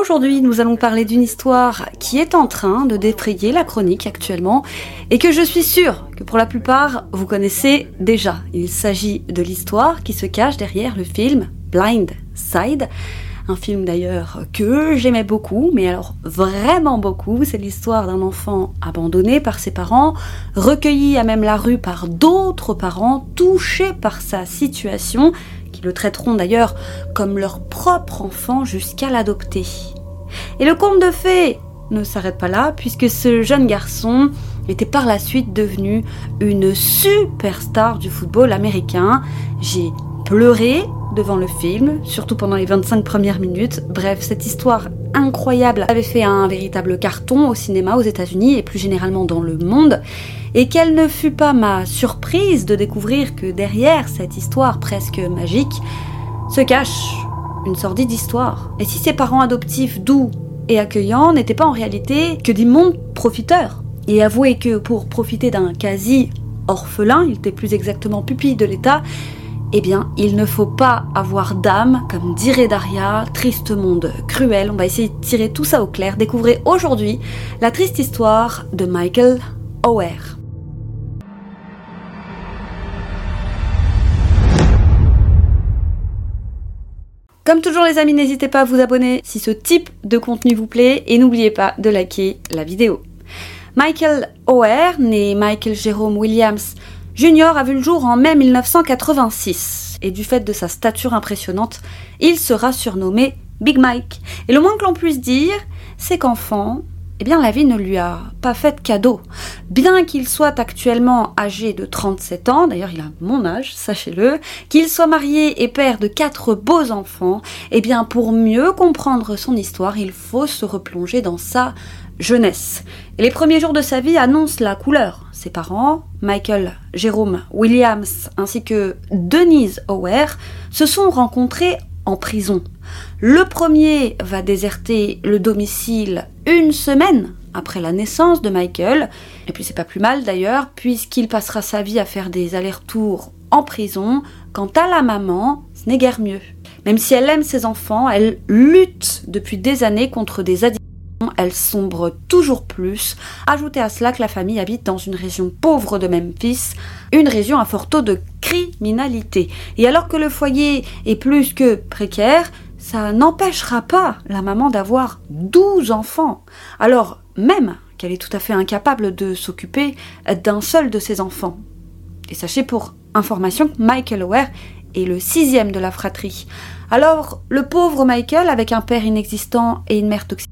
Aujourd'hui, nous allons parler d'une histoire qui est en train de défrayer la chronique actuellement et que je suis sûre que pour la plupart, vous connaissez déjà. Il s'agit de l'histoire qui se cache derrière le film Blind Side. Un film d'ailleurs que j'aimais beaucoup, mais alors vraiment beaucoup. C'est l'histoire d'un enfant abandonné par ses parents, recueilli à même la rue par d'autres parents, touchés par sa situation, qui le traiteront d'ailleurs comme leur propre enfant jusqu'à l'adopter. Et le conte de fées ne s'arrête pas là, puisque ce jeune garçon était par la suite devenu une superstar du football américain. J'ai pleuré devant le film, surtout pendant les 25 premières minutes. Bref, cette histoire incroyable avait fait un véritable carton au cinéma aux États-Unis et plus généralement dans le monde. Et quelle ne fut pas ma surprise de découvrir que derrière cette histoire presque magique se cache une sordide histoire. Et si ses parents adoptifs doux et accueillants n'étaient pas en réalité que d'immondes profiteurs. Et avouez que pour profiter d'un quasi-orphelin, il était plus exactement pupille de l'État, eh bien, il ne faut pas avoir d'âme, comme dirait Daria, triste monde cruel. On va essayer de tirer tout ça au clair. Découvrez aujourd'hui la triste histoire de Michael Oher. Comme toujours les amis, n'hésitez pas à vous abonner si ce type de contenu vous plaît et n'oubliez pas de liker la vidéo. Michael Oher, né Michael Jerome Williams Junior, a vu le jour en mai 1986 et du fait de sa stature impressionnante, il sera surnommé Big Mike. Et le moins que l'on puisse dire, c'est qu'enfant, la vie ne lui a pas fait de cadeau. Bien qu'il soit actuellement âgé de 37 ans, d'ailleurs il a mon âge, sachez-le, qu'il soit marié et père de 4 beaux enfants, pour mieux comprendre son histoire, il faut se replonger dans sa jeunesse. Et les premiers jours de sa vie annoncent la couleur. Ses parents, Michael Jerome Williams ainsi que Denise Oher, se sont rencontrés en prison. Le premier va déserter le domicile une semaine après la naissance de Michael, et puis c'est pas plus mal d'ailleurs, puisqu'il passera sa vie à faire des allers-retours en prison. Quant à la maman, ce n'est guère mieux. Même si elle aime ses enfants, elle lutte depuis des années contre des addictions. Elle sombre toujours plus. Ajoutez à cela que la famille habite dans une région pauvre de Memphis, une région à fort taux de criminalité. Et alors que le foyer est plus que précaire, ça n'empêchera pas la maman d'avoir 12 enfants. Alors même qu'elle est tout à fait incapable de s'occuper d'un seul de ses enfants. Et sachez pour information que Michael Oher est le 6e de la fratrie. Alors le pauvre Michael, avec un père inexistant et une mère toxique,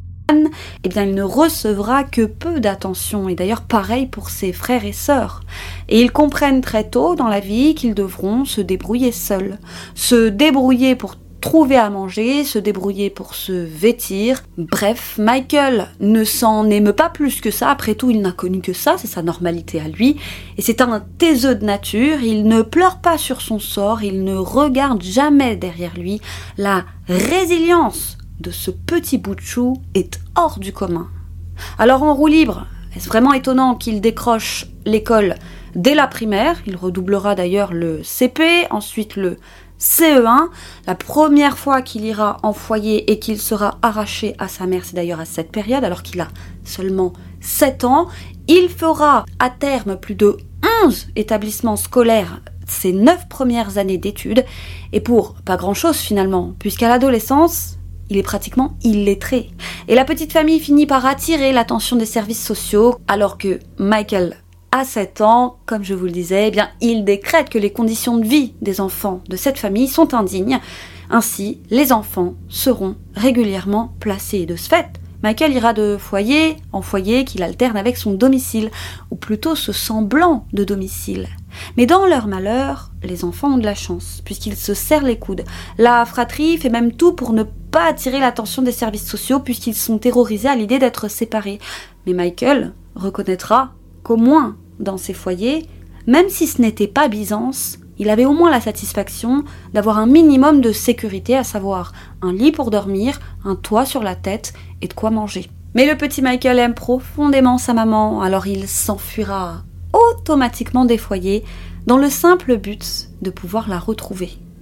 il ne recevra que peu d'attention, et d'ailleurs pareil pour ses frères et sœurs. Et ils comprennent très tôt dans la vie qu'ils devront se débrouiller seuls. Se débrouiller pour trouver à manger, se débrouiller pour se vêtir. Bref, Michael ne s'en émeut pas plus que ça, après tout il n'a connu que ça, c'est sa normalité à lui, et c'est un taiseux de nature, il ne pleure pas sur son sort, il ne regarde jamais derrière lui. La résilience de ce petit bout de chou est hors du commun. Alors en roue libre, est-ce vraiment étonnant qu'il décroche l'école dès la primaire? Il redoublera d'ailleurs le CP, ensuite le CE1. La première fois qu'il ira en foyer et qu'il sera arraché à sa mère, c'est d'ailleurs à cette période, alors qu'il a seulement 7 ans. Il fera à terme plus de 11 établissements scolaires ses 9 premières années d'études, et pour pas grand-chose finalement, puisqu'à l'adolescence, il est pratiquement illettré. Et la petite famille finit par attirer l'attention des services sociaux, alors que Michael a 7 ans, comme je vous le disais, il décrète que les conditions de vie des enfants de cette famille sont indignes. Ainsi, les enfants seront régulièrement placés. De ce fait, Michael ira de foyer en foyer qu'il alterne avec son domicile, ou plutôt ce semblant de domicile. Mais dans leur malheur, les enfants ont de la chance, puisqu'ils se serrent les coudes. La fratrie fait même tout pour ne pas attirer l'attention des services sociaux, puisqu'ils sont terrorisés à l'idée d'être séparés. Mais Michael reconnaîtra qu'au moins dans ces foyers, même si ce n'était pas Byzance, il avait au moins la satisfaction d'avoir un minimum de sécurité, à savoir un lit pour dormir, un toit sur la tête et de quoi manger. Mais le petit Michael aime profondément sa maman, alors il s'enfuira automatiquement des foyers dans le simple but de pouvoir la retrouver.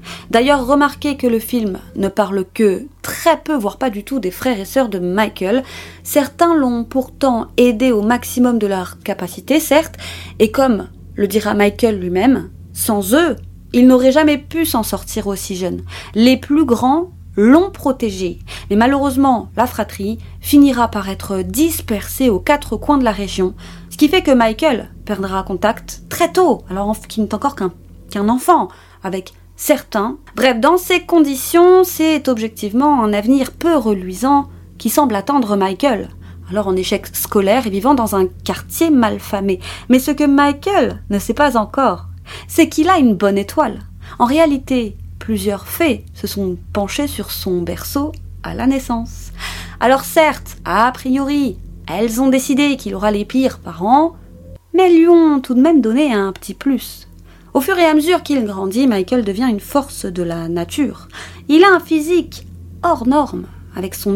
D'ailleurs, remarquez que le film ne parle que très peu, voire pas du tout, des frères et sœurs de Michael. Certains l'ont pourtant aidé au maximum de leur capacité, certes, et comme le dira Michael lui-même, sans eux, il n'aurait jamais pu s'en sortir aussi jeune. Les plus grands l'ont protégé, mais malheureusement, la fratrie finira par être dispersée aux 4 coins de la région, ce qui fait que Michael perdra contact très tôt, alors qu'il n'est encore qu'un enfant, avec certains. Bref, dans ces conditions, c'est objectivement un avenir peu reluisant qui semble attendre Michael, alors en échec scolaire et vivant dans un quartier malfamé. Mais ce que Michael ne sait pas encore, c'est qu'il a une bonne étoile. En réalité, plusieurs fées se sont penchées sur son berceau à la naissance. Alors certes, a priori, elles ont décidé qu'il aura les pires parents, mais elles lui ont tout de même donné un petit plus. Au fur et à mesure qu'il grandit, Michael devient une force de la nature. Il a un physique hors norme, avec son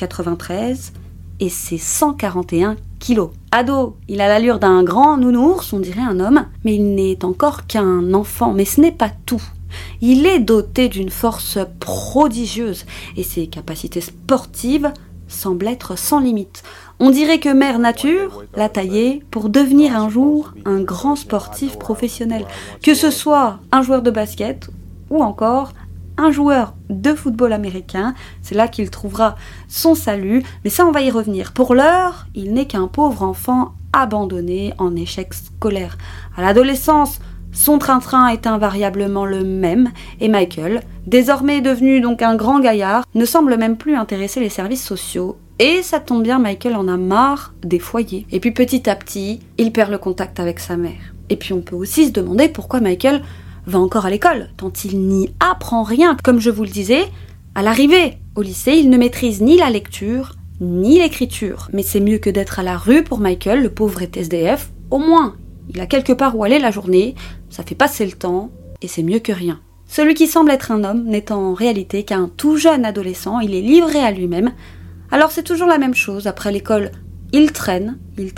1m93 et ses 141 kilos. Ado, il a l'allure d'un grand nounours, on dirait un homme, mais il n'est encore qu'un enfant. Mais ce n'est pas tout. Il est doté d'une force prodigieuse et ses capacités sportives semblent être sans limite. On dirait que Mère Nature l'a taillé pour devenir un jour un grand sportif professionnel, que ce soit un joueur de basket ou encore un joueur de football américain. C'est là qu'il trouvera son salut, mais ça on va y revenir. Pour l'heure, il n'est qu'un pauvre enfant abandonné en échec scolaire. À l'adolescence, son train-train est invariablement le même, et Michael, désormais devenu donc un grand gaillard, ne semble même plus intéresser les services sociaux. Et ça tombe bien, Michael en a marre des foyers. Et puis petit à petit, il perd le contact avec sa mère. Et puis on peut aussi se demander pourquoi Michael va encore à l'école, tant il n'y apprend rien. Comme je vous le disais, à l'arrivée au lycée, il ne maîtrise ni la lecture, ni l'écriture. Mais c'est mieux que d'être à la rue pour Michael, le pauvre est SDF. Au moins, il a quelque part où aller la journée, ça fait passer le temps, et c'est mieux que rien. Celui qui semble être un homme n'est en réalité qu'un tout jeune adolescent, il est livré à lui-même. Alors c'est toujours la même chose, après l'école, il traîne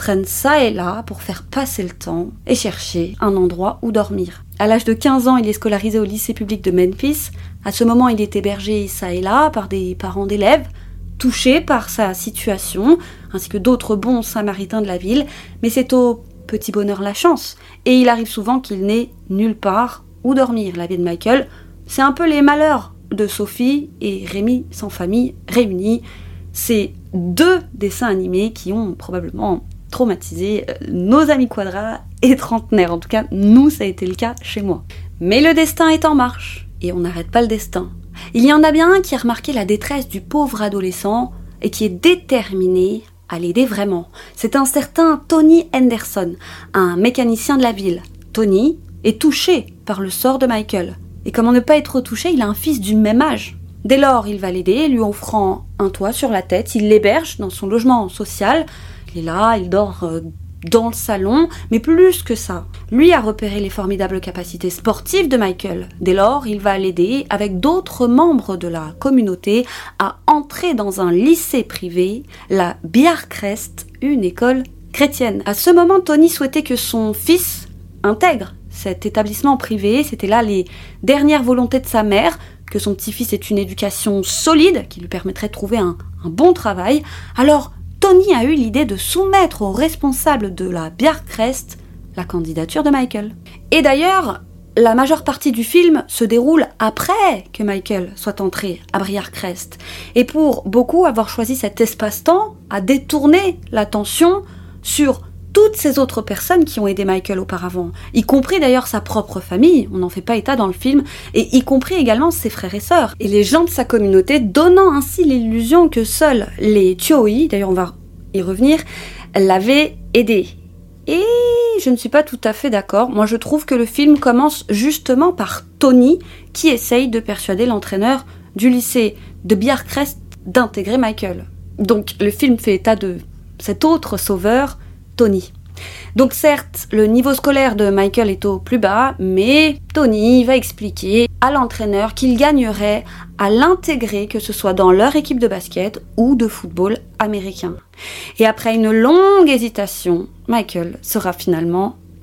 ça et là pour faire passer le temps et chercher un endroit où dormir. À l'âge de 15 ans, il est scolarisé au lycée public de Memphis. À ce moment, il est hébergé ça et là par des parents d'élèves, touchés par sa situation, ainsi que d'autres bons samaritains de la ville, mais c'est au petit bonheur la chance, et il arrive souvent qu'il n'ait nulle part où dormir. La vie de Michael, c'est un peu les malheurs de Sophie et Rémi sans famille réunis. C'est 2 dessins animés qui ont probablement traumatisé nos amis quadras et trentenaires. En tout cas, nous, ça a été le cas chez moi. Mais le destin est en marche, et on n'arrête pas le destin. Il y en a bien un qui a remarqué la détresse du pauvre adolescent et qui est déterminé à l'aider vraiment. C'est un certain Tony Henderson, un mécanicien de la ville. Tony est touché par le sort de Michael. Et comment ne pas être touché, il a un fils du même âge. Dès lors, il va l'aider, lui offrant un toit sur la tête. Il l'héberge dans son logement social. Il est là, il dort dans le salon, mais plus que ça. Lui a repéré les formidables capacités sportives de Michael. Dès lors, il va l'aider, avec d'autres membres de la communauté, à entrer dans un lycée privé, la Bjarkrest, une école chrétienne. À ce moment, Tony souhaitait que son fils intègre cet établissement privé. C'était là les dernières volontés de sa mère, que son petit-fils ait une éducation solide, qui lui permettrait de trouver un bon travail. Alors, Tony a eu l'idée de soumettre aux responsables de la Bjarkrest la candidature de Michael. Et d'ailleurs, la majeure partie du film se déroule après que Michael soit entré à Bjarkrest. Et pour beaucoup, avoir choisi cet espace-temps a détourné l'attention sur toutes ces autres personnes qui ont aidé Michael auparavant, y compris d'ailleurs sa propre famille, on n'en fait pas état dans le film, et y compris également ses frères et sœurs, et les gens de sa communauté, donnant ainsi l'illusion que seuls les Tyoi, d'ailleurs on va y revenir, l'avaient aidé. Et je ne suis pas tout à fait d'accord. Moi je trouve que le film commence justement par Tony qui essaye de persuader l'entraîneur du lycée de Bjarkrest d'intégrer Michael. Donc le film fait état de cet autre sauveur, Tony. Donc certes, le niveau scolaire de Michael est au plus bas, mais Tony va expliquer à l'entraîneur qu'il gagnerait à l'intégrer, que ce soit dans leur équipe de basket ou de football américain. Et après une longue hésitation, Michael sera finalement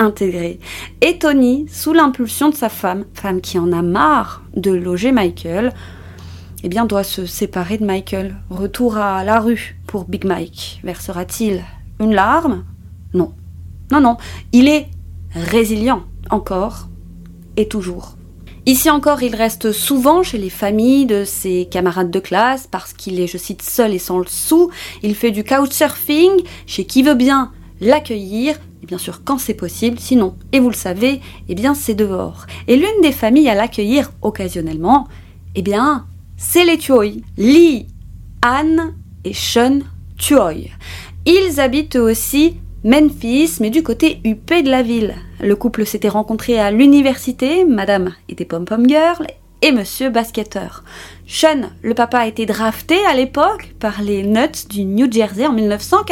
intégré. Et Tony, sous l'impulsion de sa femme qui en a marre de loger Michael, eh bien doit se séparer de Michael. Retour à la rue pour Big Mike. Versera-t-il une larme ? Non. Non, il est résilient, encore et toujours. Ici encore, il reste souvent chez les familles de ses camarades de classe parce qu'il est, je cite, seul et sans le sou. Il fait du couchsurfing chez qui veut bien l'accueillir, et bien sûr quand c'est possible, sinon, et vous le savez, eh bien c'est dehors. Et l'une des familles à l'accueillir occasionnellement, eh bien, c'est les Tuoi, Lee, Anne et Sean Tuoi. Ils habitent eux aussi Memphis, mais du côté huppé de la ville. Le couple s'était rencontré à l'université, madame était pom-pom girl et monsieur basketteur. Sean, le papa, a été drafté à l'époque par les Nuts du New Jersey en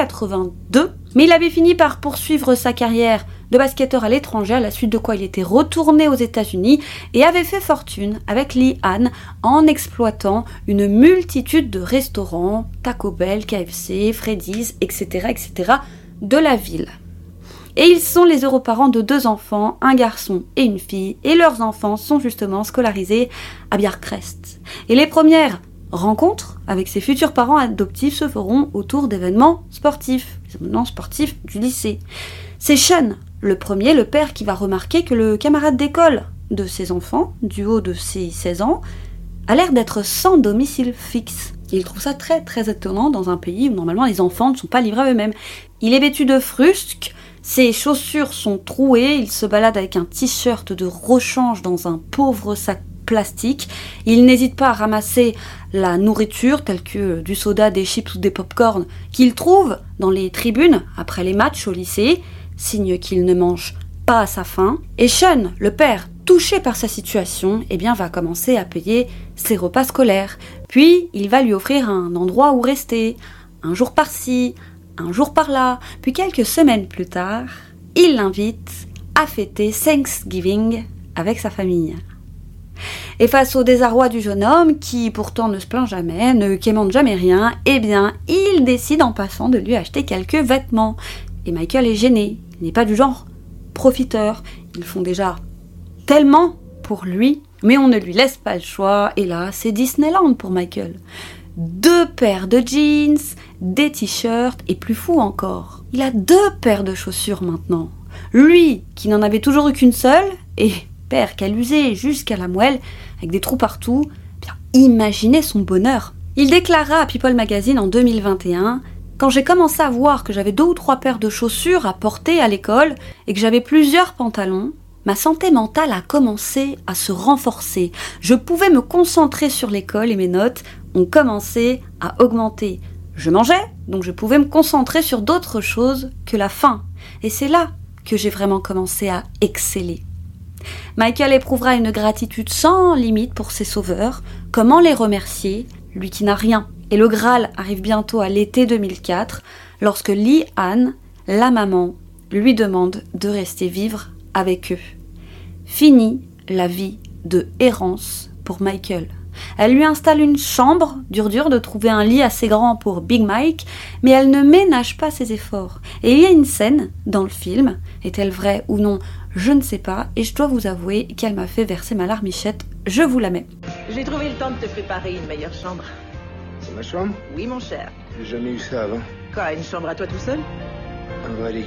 1982, mais il avait fini par poursuivre sa carrière de basketteur à l'étranger, à la suite de quoi il était retourné aux États-Unis et avait fait fortune avec Lee Ann en exploitant une multitude de restaurants, Taco Bell, KFC, Freddy's, etc., de la ville. Et ils sont les heureux parents de 2 enfants, un garçon et une fille, et leurs enfants sont justement scolarisés à Bjarkrest. Et les premières rencontres avec ses futurs parents adoptifs se feront autour d'événements sportifs, les événements sportifs du lycée. C'est Sean, le premier, le père, qui va remarquer que le camarade d'école de ses enfants, du haut de ses 16 ans, a l'air d'être sans domicile fixe. Il trouve ça très très étonnant dans un pays où normalement les enfants ne sont pas livrés à eux-mêmes. Il est vêtu de frusques, ses chaussures sont trouées, il se balade avec un t-shirt de rechange dans un pauvre sac plastique. Il n'hésite pas à ramasser la nourriture telle que du soda, des chips ou des pop-corn qu'il trouve dans les tribunes après les matchs au lycée, signe qu'il ne mange pas à sa faim. Et Sean, le père, touché par sa situation, eh bien, va commencer à payer ses repas scolaires. Puis, il va lui offrir un endroit où rester, un jour par-ci, un jour par-là. Puis, quelques semaines plus tard, il l'invite à fêter Thanksgiving avec sa famille. Et face au désarroi du jeune homme, qui pourtant ne se plaint jamais, ne quémande jamais rien, eh bien, il décide en passant de lui acheter quelques vêtements. Et Michael est gêné, il n'est pas du genre profiteur. Ils font déjà tellement pour lui, mais on ne lui laisse pas le choix, et là, c'est Disneyland pour Michael. 2 paires de jeans, des t-shirts, et plus fou encore, il a 2 paires de chaussures maintenant. Lui, qui n'en avait toujours eu qu'une seule, et père qu'elle usait jusqu'à la moelle, avec des trous partout, bien, imaginez son bonheur. Il déclara à People Magazine en 2021 « Quand j'ai commencé à voir que j'avais 2 ou 3 paires de chaussures à porter à l'école, et que j'avais plusieurs pantalons, ma santé mentale a commencé à se renforcer. Je pouvais me concentrer sur l'école et mes notes ont commencé à augmenter. Je mangeais, donc je pouvais me concentrer sur d'autres choses que la faim. Et c'est là que j'ai vraiment commencé à exceller. » Michael éprouvera une gratitude sans limite pour ses sauveurs. Comment les remercier, lui qui n'a rien? Et le Graal arrive bientôt à l'été 2004, lorsque Lee Ann, la maman, lui demande de rester vivre avec eux. Fini la vie de errance pour Michael. Elle lui installe une chambre, dur de trouver un lit assez grand pour Big Mike, mais elle ne ménage pas ses efforts. Et il y a une scène dans le film, est-elle vraie ou non, je ne sais pas, et je dois vous avouer qu'elle m'a fait verser ma larmichette, je vous la mets. J'ai trouvé le temps de te préparer une meilleure chambre. C'est ma chambre? Oui, mon cher. J'ai jamais eu ça avant. Quoi, une chambre à toi tout seul? Un vrai lit.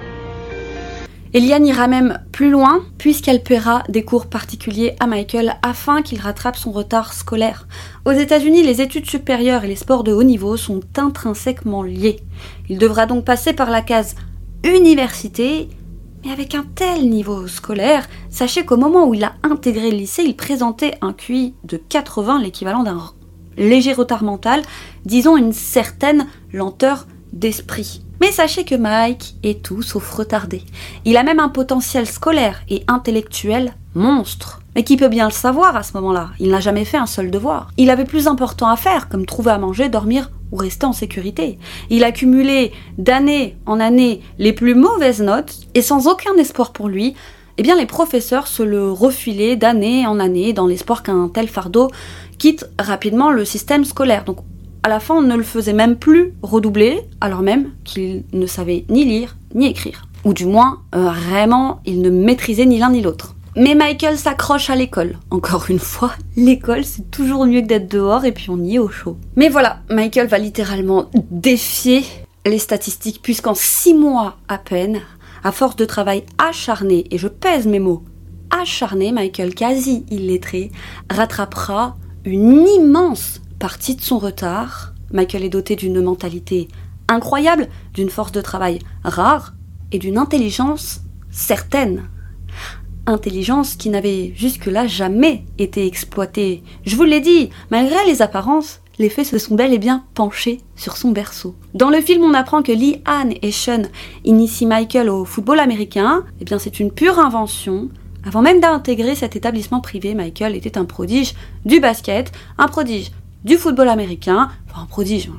Eliane ira même plus loin, puisqu'elle paiera des cours particuliers à Michael afin qu'il rattrape son retard scolaire. Aux États-Unis, les études supérieures et les sports de haut niveau sont intrinsèquement liés. Il devra donc passer par la case université, mais avec un tel niveau scolaire, sachez qu'au moment où il a intégré le lycée, il présentait un QI de 80, l'équivalent d'un léger retard mental, disons une certaine lenteur d'esprit. Mais sachez que Mike est tout sauf retardé. Il a même un potentiel scolaire et intellectuel monstre. Mais qui peut bien le savoir à ce moment-là? Il n'a jamais fait un seul devoir. Il avait plus important à faire, comme trouver à manger, dormir ou rester en sécurité. Il a cumulé d'année en année les plus mauvaises notes, et sans aucun espoir pour lui, eh bien les professeurs se le refilaient d'année en année dans l'espoir qu'un tel fardeau quitte rapidement le système scolaire. Donc à la fin, on ne le faisait même plus redoubler, alors même qu'il ne savait ni lire ni écrire. Ou du moins, vraiment, ils ne maîtrisaient ni l'un ni l'autre. Mais Michael s'accroche à l'école. Encore une fois, l'école, c'est toujours mieux que d'être dehors et puis on y est au chaud. Mais voilà, Michael va littéralement défier les statistiques puisqu'en 6 mois à peine, à force de travail acharné, et je pèse mes mots, acharné, Michael, quasi illettré, rattrapera une immense partie de son retard. Michael est doté d'une mentalité incroyable, d'une force de travail rare et d'une intelligence certaine. Intelligence qui n'avait jusque-là jamais été exploitée. Je vous l'ai dit, malgré les apparences, les faits se sont bel et bien penchés sur son berceau. Dans le film, on apprend que Lee, Ann et Sean initient Michael au football américain. Eh bien, c'est une pure invention. Avant même d'intégrer cet établissement privé, Michael était un prodige du basket, un prodige du football américain, enfin un prodige.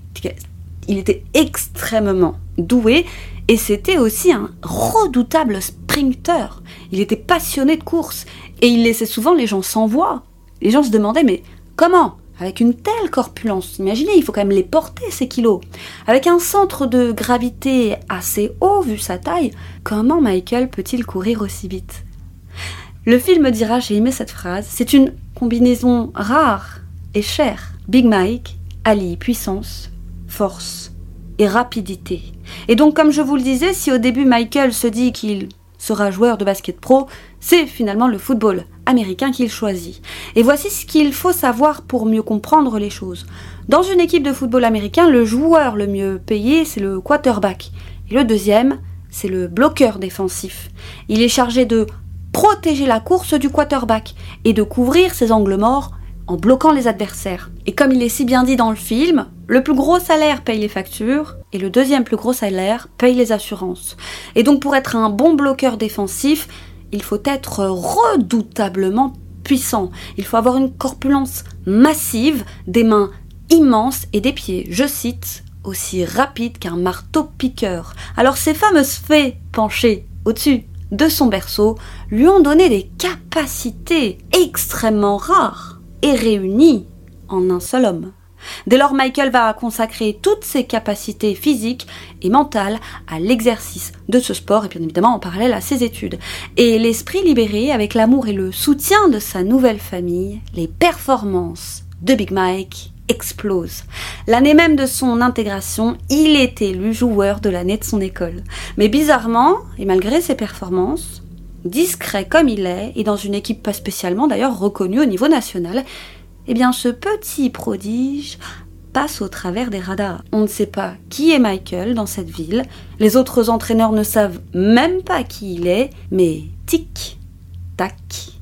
Il était extrêmement doué et c'était aussi un redoutable sprinter. Il était passionné de course et il laissait souvent les gens sans voix. Les gens se demandaient mais comment ? Avec une telle corpulence, imaginez, il faut quand même les porter ces kilos. Avec un centre de gravité assez haut vu sa taille, comment Michael peut-il courir aussi vite ? Le film dira, j'ai aimé cette phrase, c'est une combinaison rare et chère. Big Mike allie puissance, force et rapidité. Et donc, comme je vous le disais, si au début Michael se dit qu'il sera joueur de basket pro, c'est finalement le football américain qu'il choisit. Et voici ce qu'il faut savoir pour mieux comprendre les choses. Dans une équipe de football américain, le joueur le mieux payé, c'est le quarterback. Et le deuxième, c'est le bloqueur défensif. Il est chargé de protéger la course du quarterback et de couvrir ses angles morts en bloquant les adversaires. Et comme il est si bien dit dans le film, le plus gros salaire paye les factures et le deuxième plus gros salaire paye les assurances. Et donc pour être un bon bloqueur défensif, il faut être redoutablement puissant. Il faut avoir une corpulence massive, des mains immenses et des pieds, je cite, aussi rapides qu'un marteau-piqueur. Alors ces fameuses fées penchées au-dessus de son berceau lui ont donné des capacités extrêmement rares et réunies en un seul homme. Dès lors, Michael va consacrer toutes ses capacités physiques et mentales à l'exercice de ce sport et bien évidemment en parallèle à ses études. Et l'esprit libéré, avec l'amour et le soutien de sa nouvelle famille, les performances de Big Mike explosent. L'année même de son intégration, il est élu joueur de l'année de son école. Mais bizarrement, et malgré ses performances, discret comme il est, et dans une équipe pas spécialement d'ailleurs reconnue au niveau national, eh bien ce petit prodige passe au travers des radars. On ne sait pas qui est Michael dans cette ville, les autres entraîneurs ne savent même pas qui il est, mais tic, tac,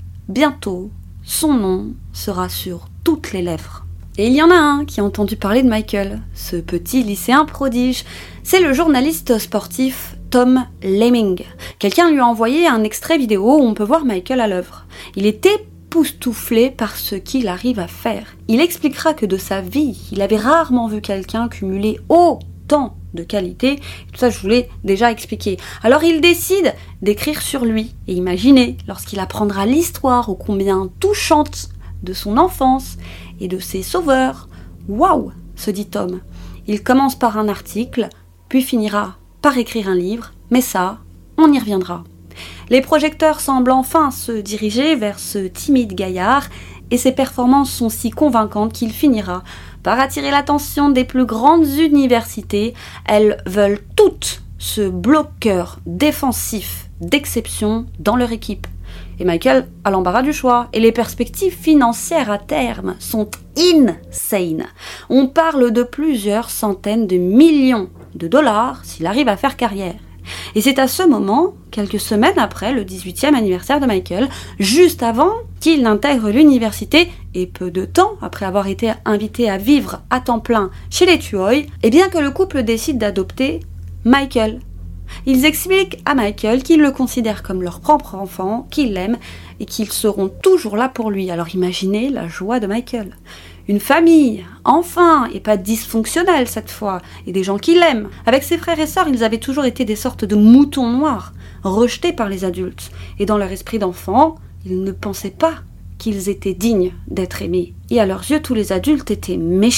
bientôt son nom sera sur toutes les lèvres. Et il y en a un qui a entendu parler de Michael, ce petit lycéen prodige. C'est le journaliste sportif Tom Lemming. Quelqu'un lui a envoyé un extrait vidéo où on peut voir Michael à l'œuvre. Il était époustouflé par ce qu'il arrive à faire. Il expliquera que de sa vie, il avait rarement vu quelqu'un cumuler autant de qualités. Tout ça, je vous l'ai déjà expliqué. Alors il décide d'écrire sur lui. Et imaginez, lorsqu'il apprendra l'histoire ô combien touchante de son enfance et de ses sauveurs. Waouh, se dit Tom. Il commence par un article, puis finira par écrire un livre, mais ça, on y reviendra. Les projecteurs semblent enfin se diriger vers ce timide gaillard et ses performances sont si convaincantes qu'il finira par attirer l'attention des plus grandes universités. Elles veulent toutes ce bloqueur défensif d'exception dans leur équipe. Et Michael a l'embarras du choix. Et les perspectives financières à terme sont insane. On parle de plusieurs centaines de millions de dollars s'il arrive à faire carrière. Et c'est à ce moment, quelques semaines après le 18e anniversaire de Michael, juste avant qu'il n'intègre l'université et peu de temps après avoir été invité à vivre à temps plein chez les Tuohy, et bien que le couple décide d'adopter Michael. Ils expliquent à Michael qu'ils le considèrent comme leur propre enfant, qu'ils l'aiment et qu'ils seront toujours là pour lui. Alors imaginez la joie de Michael. Une famille, enfin, et pas dysfonctionnelle cette fois, et des gens qui l'aiment. Avec ses frères et sœurs, ils avaient toujours été des sortes de moutons noirs, rejetés par les adultes. Et dans leur esprit d'enfant, ils ne pensaient pas qu'ils étaient dignes d'être aimés. Et à leurs yeux, tous les adultes étaient méchants.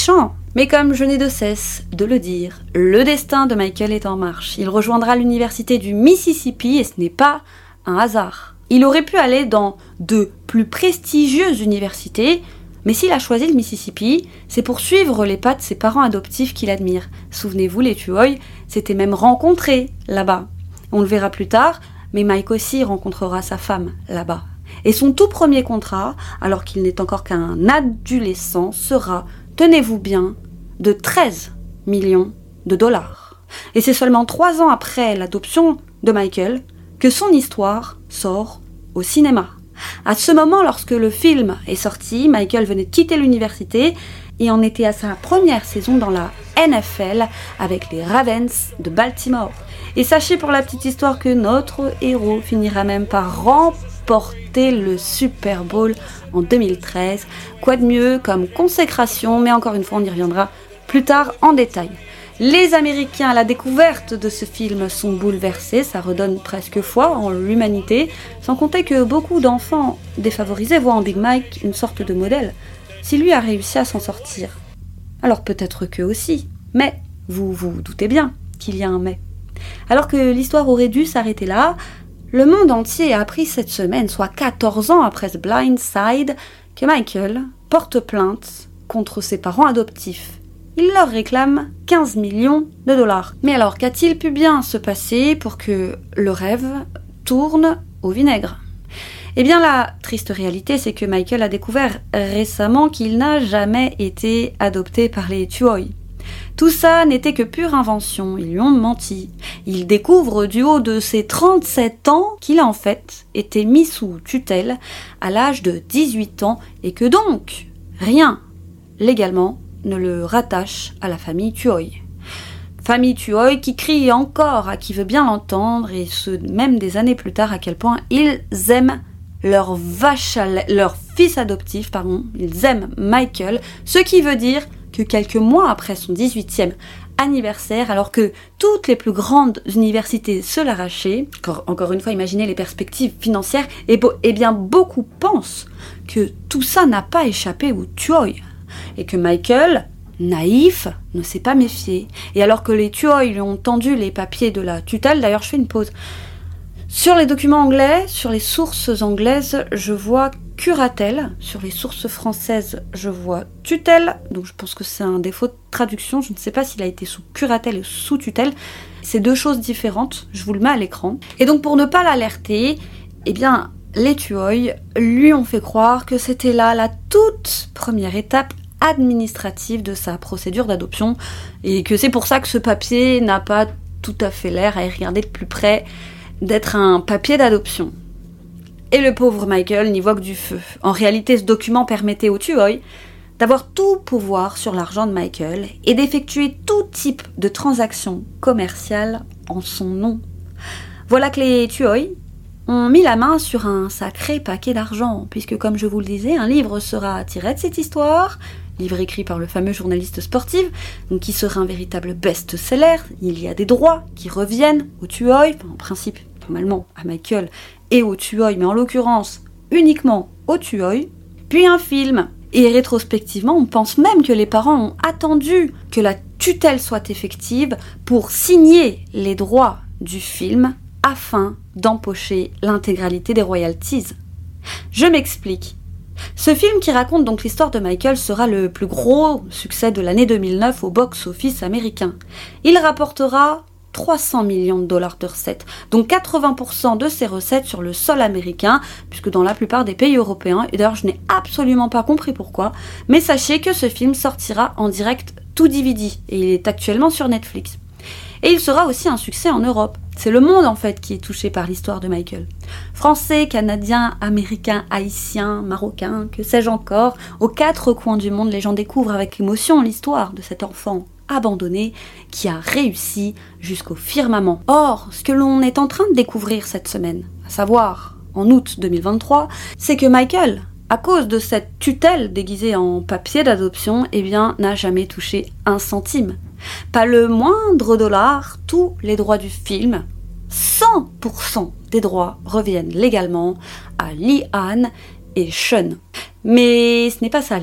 Mais comme je n'ai de cesse de le dire, le destin de Michael est en marche. Il rejoindra l'université du Mississippi et ce n'est pas un hasard. Il aurait pu aller dans de plus prestigieuses universités, mais s'il a choisi le Mississippi, c'est pour suivre les pas de ses parents adoptifs qu'il admire. Souvenez-vous, les Tuohy s'étaient même rencontrés là-bas. On le verra plus tard, mais Mike aussi rencontrera sa femme là-bas. Et son tout premier contrat, alors qu'il n'est encore qu'un adolescent, sera, tenez-vous bien, de 13 millions de dollars. Et c'est seulement 3 ans après l'adoption de Michael que son histoire sort au cinéma. À ce moment, lorsque le film est sorti, Michael venait de quitter l'université et en était à sa première saison dans la NFL avec les Ravens de Baltimore. Et sachez pour la petite histoire que notre héros finira même par remporter le Super Bowl en 2013. Quoi de mieux comme consécration, mais encore une fois on y reviendra plus tard en détail. Les Américains à la découverte de ce film sont bouleversés, ça redonne presque foi en l'humanité, sans compter que beaucoup d'enfants défavorisés voient en Big Mike une sorte de modèle. Si lui a réussi à s'en sortir, alors peut-être qu'eux aussi. Mais vous vous doutez bien qu'il y a un mais. Alors que l'histoire aurait dû s'arrêter là, le monde entier a appris cette semaine, soit 14 ans après ce Blind Side, que Michael porte plainte contre ses parents adoptifs. Il leur réclame 15 millions de dollars. Mais alors, qu'a-t-il pu bien se passer pour que le rêve tourne au vinaigre ? Eh bien, la triste réalité, c'est que Michael a découvert récemment qu'il n'a jamais été adopté par les Tuohy. Tout ça n'était que pure invention, ils lui ont menti. Il découvre du haut de ses 37 ans qu'il a en fait été mis sous tutelle à l'âge de 18 ans et que donc, rien, légalement, ne le rattache à la famille Tuohy. Famille Tuohy qui crie encore à qui veut bien l'entendre, et ce même des années plus tard, à quel point ils aiment leur fils adoptif, ils aiment Michael, ce qui veut dire que quelques mois après son 18e anniversaire, alors que toutes les plus grandes universités se l'arrachaient, encore une fois, imaginez les perspectives financières, et bien beaucoup pensent que tout ça n'a pas échappé aux Tuohy. Et que Michael, naïf, ne s'est pas méfié. Et alors que les Tuohy lui ont tendu les papiers de la tutelle, d'ailleurs je fais une pause. Sur les documents anglais, sur les sources anglaises, je vois curatelle. Sur les sources françaises, je vois tutelle. Donc je pense que c'est un défaut de traduction. Je ne sais pas s'il a été sous curatelle ou sous tutelle. C'est deux choses différentes. Je vous le mets à l'écran. Et donc pour ne pas l'alerter, eh bien, les Tuohy lui ont fait croire que c'était là la toute première étape administrative de sa procédure d'adoption et que c'est pour ça que ce papier n'a pas tout à fait l'air, à y regarder de plus près, d'être un papier d'adoption. Et le pauvre Michael n'y voit que du feu. En réalité, ce document permettait aux Tuohy d'avoir tout pouvoir sur l'argent de Michael et d'effectuer tout type de transactions commerciales en son nom. Voilà que les Tuohy ont mis la main sur un sacré paquet d'argent, puisque comme je vous le disais, un livre sera tiré de cette histoire, livre écrit par le fameux journaliste sportif, donc qui sera un véritable best-seller. Il y a des droits qui reviennent aux Tuohy, en principe, normalement à Michael et aux Tuohy, mais en l'occurrence uniquement aux Tuohy, puis un film. Et rétrospectivement, on pense même que les parents ont attendu que la tutelle soit effective pour signer les droits du film afin d'empocher l'intégralité des royalties. Je m'explique. Ce film qui raconte donc l'histoire de Michael sera le plus gros succès de l'année 2009 au box-office américain. Il rapportera 300 millions de dollars de recettes, donc 80% de ses recettes sur le sol américain, puisque dans la plupart des pays européens, et d'ailleurs je n'ai absolument pas compris pourquoi, mais sachez que ce film sortira en direct tout DVD, et il est actuellement sur Netflix. Et il sera aussi un succès en Europe. C'est le monde en fait qui est touché par l'histoire de Michael. Français, Canadiens, Américains, Haïtiens, Marocains, que sais-je encore, aux 4 coins du monde, les gens découvrent avec émotion l'histoire de cet enfant abandonné qui a réussi jusqu'au firmament. Or, ce que l'on est en train de découvrir cette semaine, à savoir en août 2023, c'est que Michael, à cause de cette tutelle déguisée en papier d'adoption, eh bien, n'a jamais touché un centime. Pas le moindre dollar, tous les droits du film, 100% des droits reviennent légalement à Lee Ann et Sean. Mais ce n'est pas ça le pire.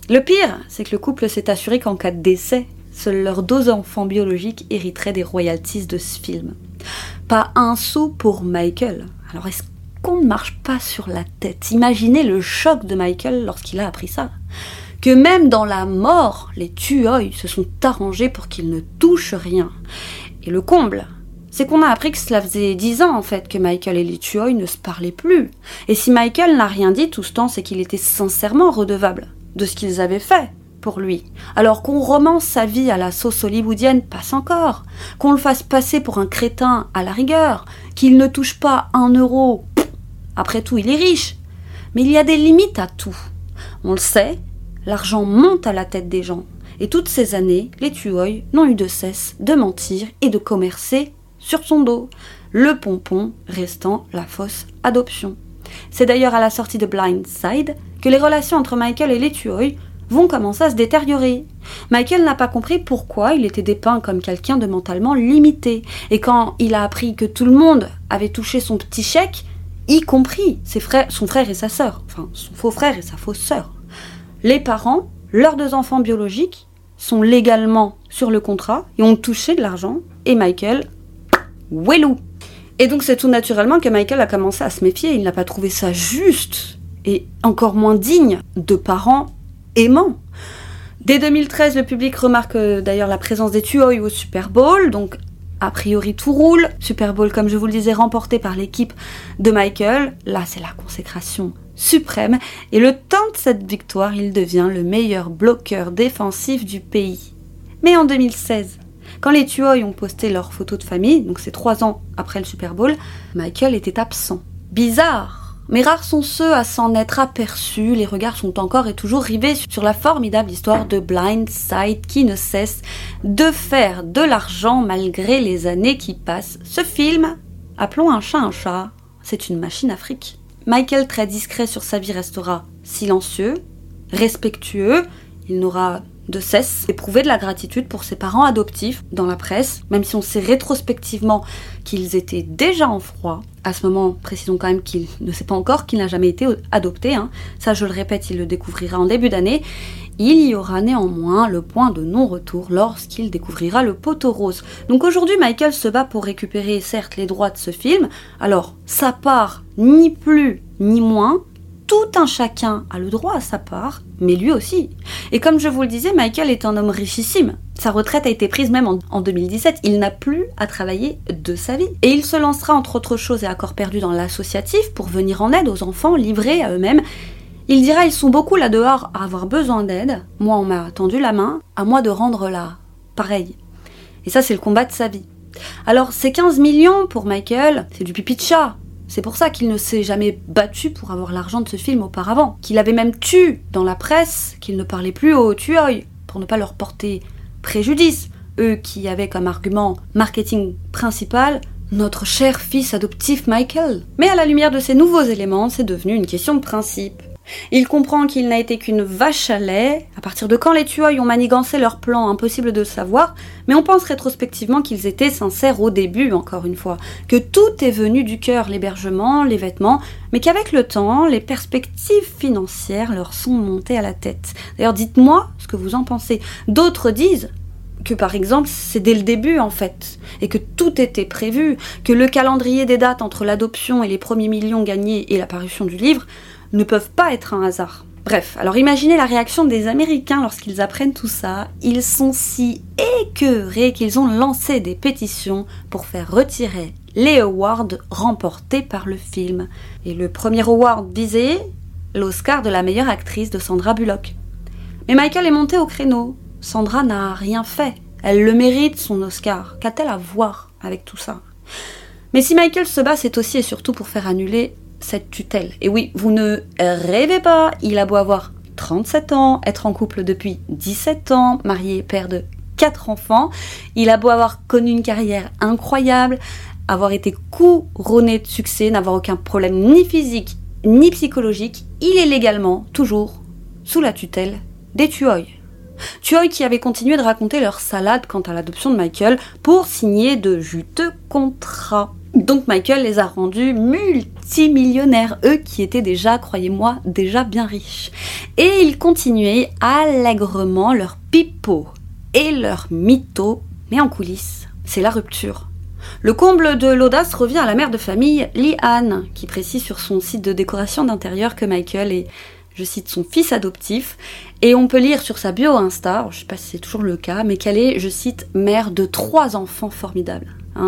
Le pire, c'est que le couple s'est assuré qu'en cas de décès, seuls leurs 2 enfants biologiques hériteraient des royalties de ce film. Pas un sou pour Michael. Alors est-ce qu'on ne marche pas sur la tête? Imaginez le choc de Michael lorsqu'il a appris ça. Que même dans la mort, les Tuohy se sont arrangés pour qu'il ne touche rien. Et le comble, c'est qu'on a appris que cela faisait 10 ans en fait que Michael et les Tuohy ne se parlaient plus. Et si Michael n'a rien dit tout ce temps, c'est qu'il était sincèrement redevable de ce qu'ils avaient fait pour lui. Alors qu'on romance sa vie à la sauce hollywoodienne, passe encore. Qu'on le fasse passer pour un crétin à la rigueur. Qu'il ne touche pas 1 euro. Après tout, il est riche. Mais il y a des limites à tout. On le sait, l'argent monte à la tête des gens. Et toutes ces années, les Tuohy n'ont eu de cesse de mentir et de commercer sur son dos. Le pompon restant la fausse adoption. C'est d'ailleurs à la sortie de Blind Side que les relations entre Michael et les Tuohy vont commencer à se détériorer. Michael n'a pas compris pourquoi il était dépeint comme quelqu'un de mentalement limité. Et quand il a appris que tout le monde avait touché son petit chèque, y compris son frère et sa sœur, enfin son faux frère et sa fausse sœur, les parents, leurs 2 enfants biologiques, sont légalement sur le contrat et ont touché de l'argent. Et Michael, ouelou. Et donc c'est tout naturellement que Michael a commencé à se méfier. Il n'a pas trouvé ça juste et encore moins digne de parents aimants. Dès 2013, le public remarque d'ailleurs la présence des Tuohy au Super Bowl, donc a priori tout roule. Super Bowl, comme je vous le disais, remporté par l'équipe de Michael. Là, c'est la consécration suprême. Et le temps de cette victoire, il devient le meilleur bloqueur défensif du pays. Mais en 2016, quand les Tuohy ont posté leurs photos de famille, donc c'est 3 ans après le Super Bowl, Michael était absent. Bizarre. Mais rares sont ceux à s'en être aperçus, les regards sont encore et toujours rivés sur la formidable histoire de Blind Side qui ne cesse de faire de l'argent malgré les années qui passent. Ce film, appelons un chat, c'est une machine à fric. Michael, très discret sur sa vie, restera silencieux, respectueux, il n'aura de cesse d'éprouver de la gratitude pour ses parents adoptifs dans la presse, même si on sait rétrospectivement qu'ils étaient déjà en froid. À ce moment, précisons quand même qu'il ne sait pas encore qu'il n'a jamais été adopté. Ça, je le répète, il le découvrira en début d'année. Il y aura néanmoins le point de non-retour lorsqu'il découvrira le poteau rose. Donc aujourd'hui, Michael se bat pour récupérer, certes, les droits de ce film. Alors, sa part, ni plus ni moins. Tout un chacun a le droit à sa part, mais lui aussi. Et comme je vous le disais, Michael est un homme richissime. Sa retraite a été prise même en 2017. Il n'a plus à travailler de sa vie. Et il se lancera entre autres choses et à corps perdu dans l'associatif pour venir en aide aux enfants livrés à eux-mêmes. Il dira « Ils sont beaucoup là-dehors à avoir besoin d'aide. Moi, on m'a tendu la main. À moi de rendre là. Pareil. » Et ça, c'est le combat de sa vie. Alors, ces 15 millions pour Michael, c'est du pipi de chat. C'est pour ça qu'il ne s'est jamais battu pour avoir l'argent de ce film auparavant. Qu'il avait même tué dans la presse, qu'il ne parlait plus aux Tuohy pour ne pas leur porter préjudice. Eux qui avaient comme argument marketing principal notre cher fils adoptif Michael. Mais à la lumière de ces nouveaux éléments, c'est devenu une question de principe. Il comprend qu'il n'a été qu'une vache à lait, à partir de quand les Tuohy ont manigancé leur plan, impossible de le savoir, mais on pense rétrospectivement qu'ils étaient sincères au début, encore une fois, que tout est venu du cœur, l'hébergement, les vêtements, mais qu'avec le temps, les perspectives financières leur sont montées à la tête. D'ailleurs, dites-moi ce que vous en pensez. D'autres disent que par exemple, c'est dès le début en fait, et que tout était prévu, que le calendrier des dates entre l'adoption et les premiers millions gagnés et la parution du livre ne peuvent pas être un hasard. Bref, alors imaginez la réaction des Américains lorsqu'ils apprennent tout ça. Ils sont si écœurés qu'ils ont lancé des pétitions pour faire retirer les awards remportés par le film. Et le premier award visé, l'Oscar de la meilleure actrice de Sandra Bullock. Mais Michael est monté au créneau. Sandra n'a rien fait. Elle le mérite, son Oscar. Qu'a-t-elle à voir avec tout ça ? Mais si Michael se bat, c'est aussi et surtout pour faire annuler cette tutelle. Et oui, vous ne rêvez pas, il a beau avoir 37 ans, être en couple depuis 17 ans, marié, père de 4 enfants, il a beau avoir connu une carrière incroyable, avoir été couronné de succès, n'avoir aucun problème ni physique ni psychologique, il est légalement toujours sous la tutelle des Tuohy. Tuohy qui avaient continué de raconter leur salade quant à l'adoption de Michael pour signer de juteux contrats. Donc Michael les a rendus multimillionnaires, eux qui étaient déjà, croyez-moi, déjà bien riches. Et ils continuaient allègrement leur pipeau et leur mytho, mais en coulisses. C'est la rupture. Le comble de l'audace revient à la mère de famille, Lee-Ann, qui précise sur son site de décoration d'intérieur que Michael est, je cite, son fils adoptif. Et on peut lire sur sa bio Insta, je ne sais pas si c'est toujours le cas, mais qu'elle est, je cite, mère de 3 enfants formidables.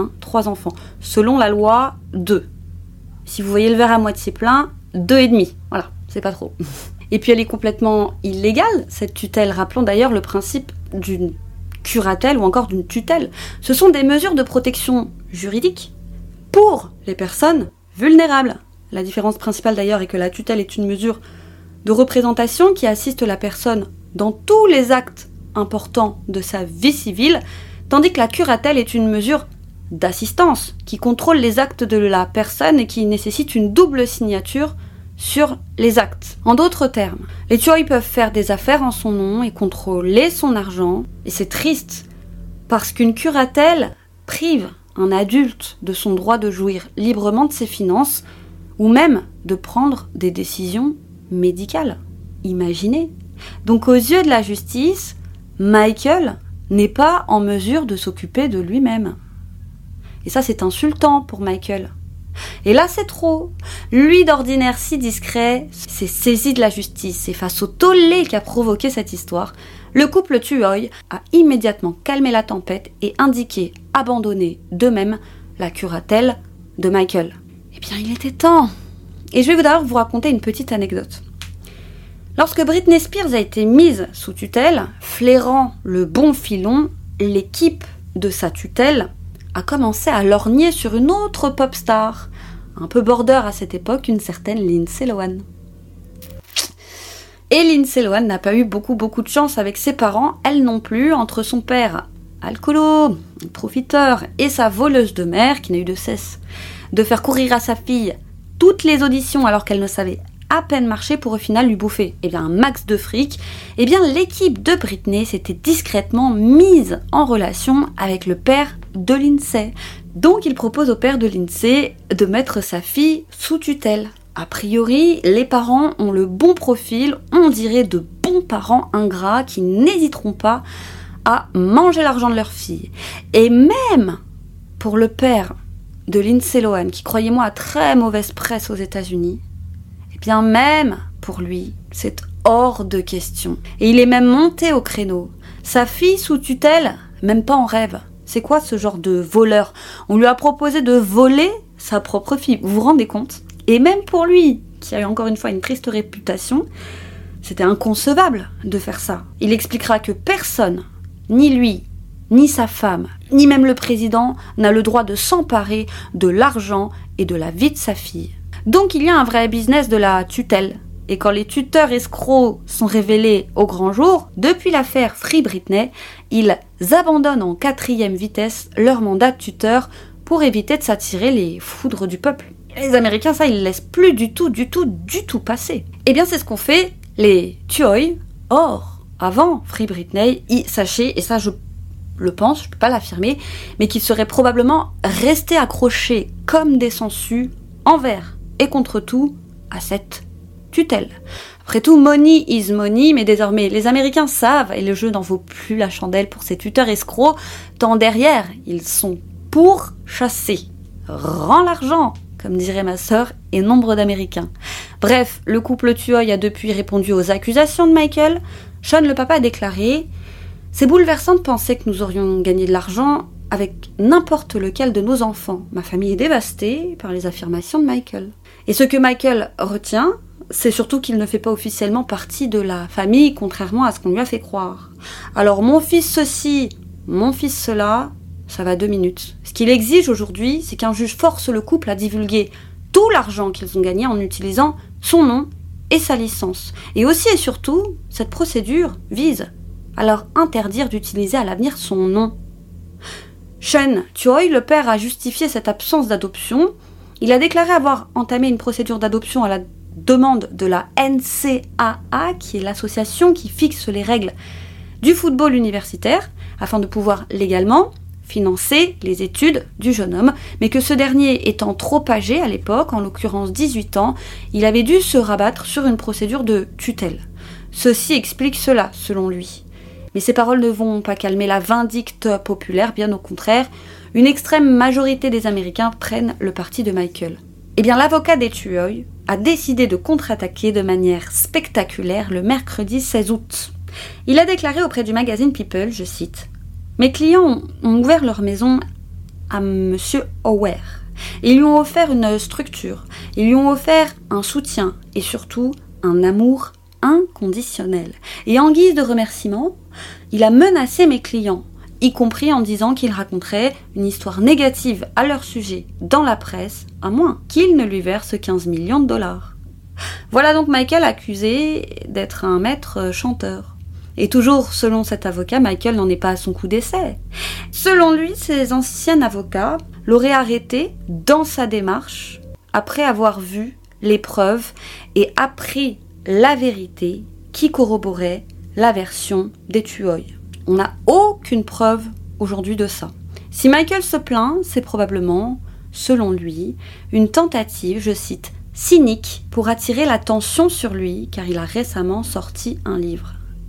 3 enfants. Selon la loi, 2. Si vous voyez le verre à moitié plein, 2,5. Voilà, c'est pas trop. Et puis elle est complètement illégale, cette tutelle. Rappelons d'ailleurs le principe d'une curatelle ou encore d'une tutelle. Ce sont des mesures de protection juridique pour les personnes vulnérables. La différence principale d'ailleurs est que la tutelle est une mesure de représentation qui assiste la personne dans tous les actes importants de sa vie civile, tandis que la curatelle est une mesure d'assistance qui contrôle les actes de la personne et qui nécessite une double signature sur les actes. En d'autres termes, les tueurs peuvent faire des affaires en son nom et contrôler son argent, et c'est triste parce qu'une curatelle prive un adulte de son droit de jouir librement de ses finances ou même de prendre des décisions médicales. Imaginez. Donc aux yeux de la justice, Michael n'est pas en mesure de s'occuper de lui-même. Et ça, c'est insultant pour Michael. Et là, c'est trop. Lui, d'ordinaire si discret, s'est saisi de la justice. Et face au tollé qu'a provoqué cette histoire, le couple Tuohy a immédiatement calmé la tempête et indiqué abandonner d'eux-mêmes la curatelle de Michael. Eh bien, il était temps. Et je vais d'ailleurs vous raconter une petite anecdote. Lorsque Britney Spears a été mise sous tutelle, flairant le bon filon, l'équipe de sa tutelle a commencé à lorgner sur une autre pop star, un peu border à cette époque, une certaine Lindsay Lohan. Et Lindsay Lohan n'a pas eu beaucoup de chance avec ses parents, elle non plus, entre son père alcoolo, profiteur, et sa voleuse de mère, qui n'a eu de cesse de faire courir à sa fille toutes les auditions alors qu'elle ne savait à peine marcher pour au final lui bouffer un max de fric. L'équipe de Britney s'était discrètement mise en relation avec le père de Lindsay. Donc il propose au père de Lindsay de mettre sa fille sous tutelle. A priori, les parents ont le bon profil, on dirait de bons parents ingrats qui n'hésiteront pas à manger l'argent de leur fille. Et même pour le père de Lindsay Lohan, qui croyez-moi a très mauvaise presse aux États-Unis, même pour lui, c'est hors de question. Et il est même monté au créneau. Sa fille sous tutelle, même pas en rêve. C'est quoi ce genre de voleur ? On lui a proposé de voler sa propre fille. Vous vous rendez compte ? Et même pour lui, qui a encore une fois une triste réputation, c'était inconcevable de faire ça. Il expliquera que personne, ni lui, ni sa femme, ni même le président, n'a le droit de s'emparer de l'argent et de la vie de sa fille. Donc il y a un vrai business de la tutelle. Et quand les tuteurs escrocs sont révélés au grand jour, depuis l'affaire Free Britney, ils abandonnent en 4e vitesse leur mandat de tuteur pour éviter de s'attirer les foudres du peuple. Et les Américains, ça, ils laissent plus du tout passer. Eh bien, c'est ce qu'ont fait les Tuohy. Or, avant Free Britney, sachez, et ça je le pense, je peux pas l'affirmer, mais qu'ils seraient probablement restés accrochés comme des sangsues envers et contre tout à cette tutelle. Après tout, money is money, mais désormais les Américains savent, et le jeu n'en vaut plus la chandelle pour ces tuteurs escrocs, tant derrière ils sont pourchassés. Rends l'argent, comme dirait ma sœur et nombre d'Américains. Bref, le couple Tuohy a depuis répondu aux accusations de Michael. Sean le papa a déclaré « C'est bouleversant de penser que nous aurions gagné de l'argent avec n'importe lequel de nos enfants. Ma famille est dévastée par les affirmations de Michael. » Et ce que Michael retient, c'est surtout qu'il ne fait pas officiellement partie de la famille, contrairement à ce qu'on lui a fait croire. Alors mon fils ceci, mon fils cela, ça va 2 minutes. Ce qu'il exige aujourd'hui, c'est qu'un juge force le couple à divulguer tout l'argent qu'ils ont gagné en utilisant son nom et sa licence. Et aussi et surtout, cette procédure vise à leur interdire d'utiliser à l'avenir son nom. Sean Tuohy, le père, a justifié cette absence d'adoption. Il a déclaré avoir entamé une procédure d'adoption à la demande de la NCAA, qui est l'association qui fixe les règles du football universitaire, afin de pouvoir légalement financer les études du jeune homme, mais que ce dernier étant trop âgé à l'époque, en l'occurrence 18 ans, il avait dû se rabattre sur une procédure de tutelle. Ceci explique cela, selon lui. Mais ces paroles ne vont pas calmer la vindicte populaire, bien au contraire, une extrême majorité des Américains prennent le parti de Michael. Eh bien, l'avocat des Tuohy a décidé de contre-attaquer de manière spectaculaire le mercredi 16 août. Il a déclaré auprès du magazine People, je cite, « Mes clients ont ouvert leur maison à Monsieur Auer. Ils lui ont offert une structure, ils lui ont offert un soutien et surtout un amour inconditionnel. Et en guise de remerciement, il a menacé mes clients, y compris en disant qu'il raconterait une histoire négative à leur sujet dans la presse, à moins qu'il ne lui verse 15 millions de dollars. » Voilà donc Michael accusé d'être un maître chanteur. Et toujours selon cet avocat, Michael n'en est pas à son coup d'essai. Selon lui, ses anciens avocats l'auraient arrêté dans sa démarche après avoir vu les preuves et appris la vérité qui corroborait la version des Tuohy. On n'a aucune preuve aujourd'hui de ça. Si Michael se plaint, c'est probablement, selon lui, une tentative, je cite, cynique pour attirer l'attention sur lui, car il a récemment sorti un livre.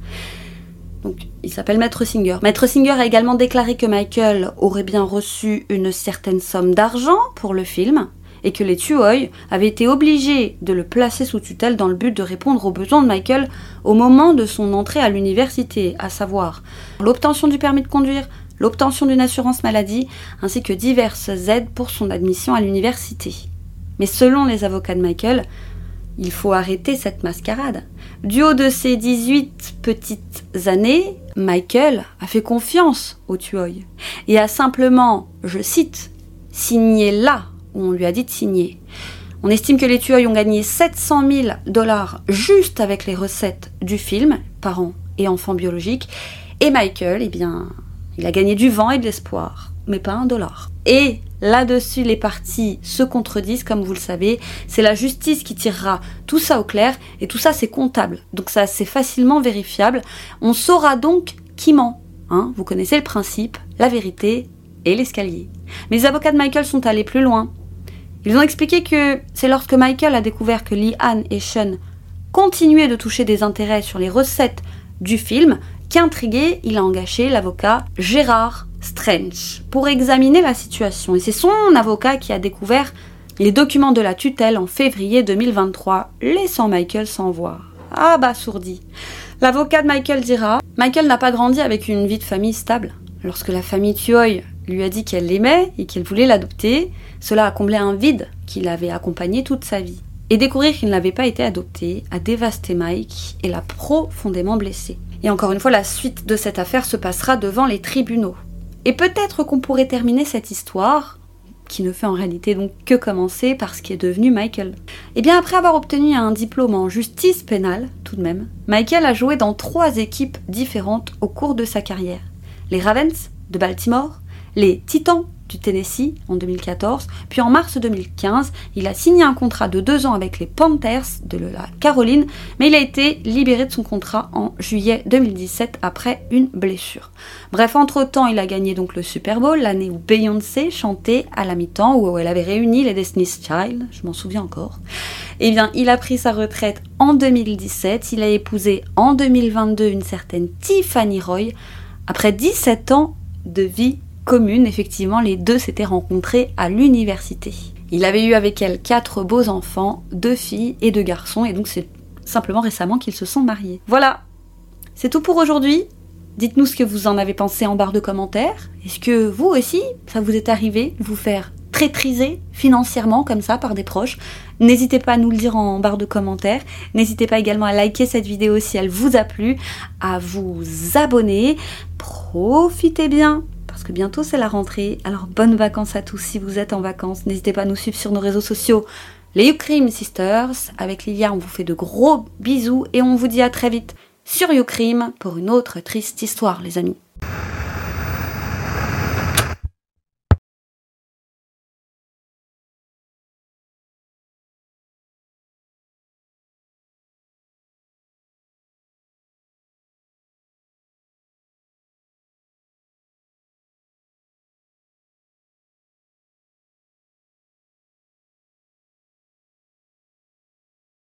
Donc, il s'appelle Maître Singer. Maître Singer a également déclaré que Michael aurait bien reçu une certaine somme d'argent pour le film et que les Tuohy avaient été obligés de le placer sous tutelle dans le but de répondre aux besoins de Michael au moment de son entrée à l'université, à savoir l'obtention du permis de conduire, l'obtention d'une assurance maladie, ainsi que diverses aides pour son admission à l'université. Mais selon les avocats de Michael, il faut arrêter cette mascarade. Du haut de ses 18 petites années, Michael a fait confiance aux Tuohy et a simplement, je cite, signé là où on lui a dit de signer. On estime que les Tuohy ont gagné 700 000 $ juste avec les recettes du film, parents et enfants biologiques, et Michael, eh bien, il a gagné du vent et de l'espoir, mais pas $1. Et là-dessus, les parties se contredisent, comme vous le savez. C'est la justice qui tirera tout ça au clair, et tout ça, c'est comptable. Donc ça, c'est facilement vérifiable. On saura donc qui ment. Vous connaissez le principe, la vérité et l'escalier. Mais les avocats de Michael sont allés plus loin. Ils ont expliqué que c'est lorsque Michael a découvert que Leanne et Sean continuaient de toucher des intérêts sur les recettes du film qu'intrigué, il a engagé l'avocat Gérard Strange pour examiner la situation. Et c'est son avocat qui a découvert les documents de la tutelle en février 2023, laissant Michael sans voix. Abasourdi. L'avocat de Michael dira « Michael n'a pas grandi avec une vie de famille stable. Lorsque la famille Tuohy lui a dit qu'elle l'aimait et qu'elle voulait l'adopter, cela a comblé un vide qu'il avait accompagné toute sa vie. Et découvrir qu'il n'avait pas été adopté a dévasté Mike et l'a profondément blessé. Et encore une fois, la suite de cette affaire se passera devant les tribunaux. Et peut-être qu'on pourrait terminer cette histoire, qui ne fait en réalité donc que commencer par ce qui est devenu Michael. Et bien après avoir obtenu un diplôme en justice pénale, tout de même, Michael a joué dans 3 équipes différentes au cours de sa carrière. Les Ravens de Baltimore, les Titans du Tennessee en 2014, puis en mars 2015, il a signé un contrat de 2 ans avec les Panthers de la Caroline, mais il a été libéré de son contrat en juillet 2017 après une blessure. Bref, entre-temps, il a gagné donc le Super Bowl, l'année où Beyoncé chantait à la mi-temps, où elle avait réuni les Destiny's Child, je m'en souviens encore. Eh bien, il a pris sa retraite en 2017, il a épousé en 2022 une certaine Tiffany Roy, après 17 ans de vie commune. Effectivement, les deux s'étaient rencontrés à l'université. Il avait eu avec elle 4 beaux enfants, 2 filles et 2 garçons, et donc c'est simplement récemment qu'ils se sont mariés. Voilà, c'est tout pour aujourd'hui. Dites-nous ce que vous en avez pensé en barre de commentaires. Est-ce que vous aussi, ça vous est arrivé de vous faire traîtriser financièrement comme ça par des proches? N'hésitez pas à nous le dire en barre de commentaires. N'hésitez pas également à liker cette vidéo si elle vous a plu, à vous abonner. Profitez bien, parce que bientôt c'est la rentrée. Alors bonnes vacances à tous si vous êtes en vacances. N'hésitez pas à nous suivre sur nos réseaux sociaux, les YouCrim Sisters. Avec Lilia, on vous fait de gros bisous et on vous dit à très vite sur YouCrim pour une autre triste histoire, les amis.